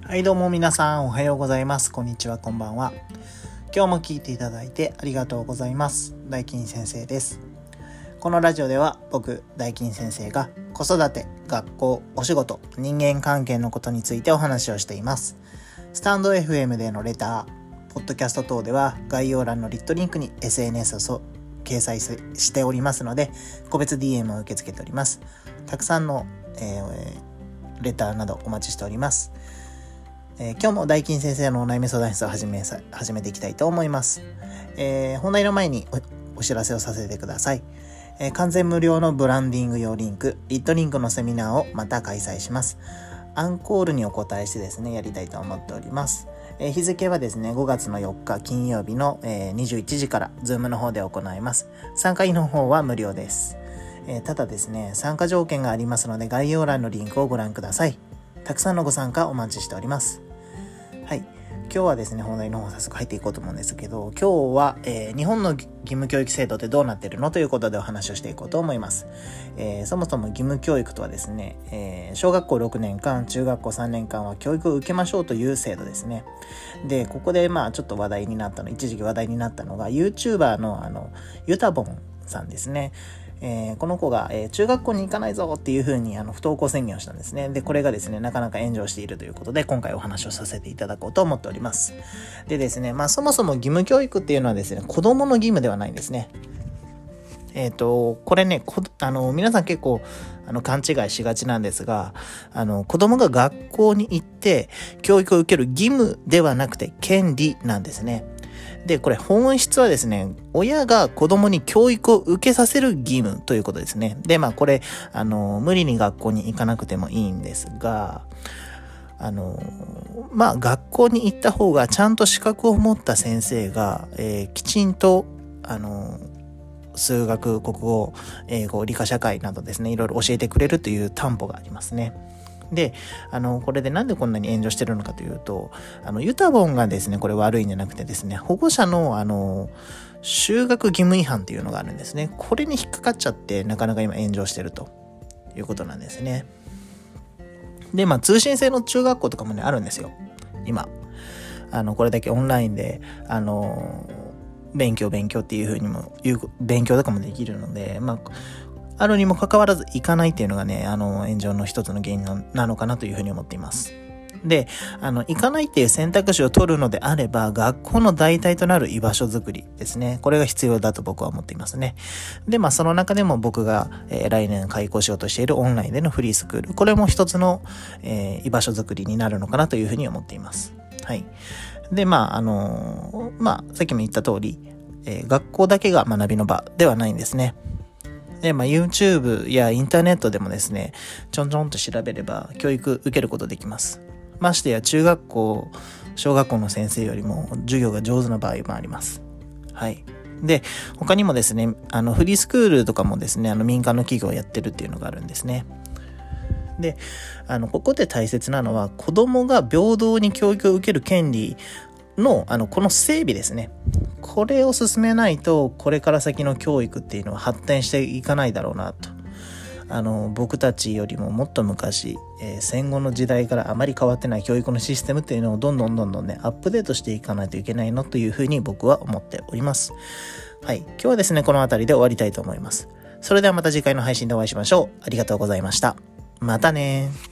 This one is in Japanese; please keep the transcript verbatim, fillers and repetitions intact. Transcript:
はいどうも皆さんおはようございます。こんにちは、こんばんは。今日も聞いていただいてありがとうございます。大金先生です。このラジオでは僕大金先生が子育て、学校、お仕事、人間関係のことについてお話をしています。スタンド エフエム でのレター、ポッドキャスト等では概要欄のリットリンクに エスエヌエス を掲載しておりますので、個別 ディーエム を受け付けております。たくさんの、えー、レターなどお待ちしております。えー、今日も大金先生のお悩み相談室を始めさ始めていきたいと思います。えー、本題の前に お, お知らせをさせてください。えー、完全無料のブランディング用リンク、リットリンクのセミナーをまた開催します。アンコールにお答えしてですね、やりたいと思っております。えー、日付はですね、ごがつのよっか金曜日の、えー、にじゅういちじから Zoom の方で行います。参加費の方は無料です。えー、ただですね、参加条件がありますので概要欄のリンクをご覧ください。たくさんのご参加お待ちしております。はい、今日はですね、本題の方早速入っていこうと思うんですけど、今日は、えー、日本の義務教育制度ってどうなってるのということでお話をしていこうと思います。えー、そもそも義務教育とはですね、えー、小学校ろくねんかん、中学校さんねんかんは教育を受けましょうという制度ですね。で、ここでまあちょっと話題になったの、一時期話題になったのが YouTuber のあのユタボンさんですね。えー、この子が、えー、中学校に行かないぞっていう風にあの不登校宣言をしたんですね。で、これがですね、なかなか炎上しているということで、今回お話をさせていただこうと思っております。でですね、まあそもそも義務教育っていうのはですね、子供の義務ではないんですね。えっと、これね、こあの皆さん結構あの勘違いしがちなんですが、あの子供が学校に行って教育を受ける義務ではなくて権利なんですね。で、これ本質はですね、親が子供に教育を受けさせる義務ということですね。で、まあこれ、あの、無理に学校に行かなくてもいいんですが、あの、まあ学校に行った方がちゃんと資格を持った先生が、えー、きちんと、あの、数学、国語、英語、理科社会などですね、いろいろ教えてくれるという担保がありますね。で、あの、これでなんでこんなに炎上してるのかというと、あの、ユタボンがですね、これ悪いんじゃなくてですね、保護者の、あの、就学義務違反っていうのがあるんですね。これに引っかかっちゃって、なかなか今炎上してるということなんですね。で、まあ、通信制の中学校とかもね、あるんですよ。今。あの、これだけオンラインで、あの、勉強勉強っていう風にも、勉強とかもできるので、まあ、あるにもかかわらず行かないっていうのがね、あの、炎上の一つの原因なのかなというふうに思っています。で、あの、行かないっていう選択肢を取るのであれば、学校の代替となる居場所づくりですね。これが必要だと僕は思っていますね。で、まあ、その中でも僕が、えー、来年開講しようとしているオンラインでのフリースクール。これも一つの、えー、居場所づくりになるのかなというふうに思っています。はい。で、まあ、あのー、まあ、さっきも言った通り、えー、学校だけが学びの場ではないんですね。で、まあ、YouTube やインターネットでもですね、ちょんちょんと調べれば教育受けることできます。ましてや中学校、小学校の先生よりも授業が上手な場合もあります。はい。で、他にもですね、あの、フリースクールとかもですね、あの、民間の企業をやってるっていうのがあるんですね。で、あの、ここで大切なのは、子供が平等に教育を受ける権利の、あの、この整備ですね。これを進めないと、これから先の教育っていうのは発展していかないだろうなと。あの、僕たちよりももっと昔、えー、戦後の時代からあまり変わってない教育のシステムっていうのをどんどんどんどんね、アップデートしていかないといけないのというふうに僕は思っております。はい。今日はですね、この辺りで終わりたいと思います。それではまた次回の配信でお会いしましょう。ありがとうございました。またねー。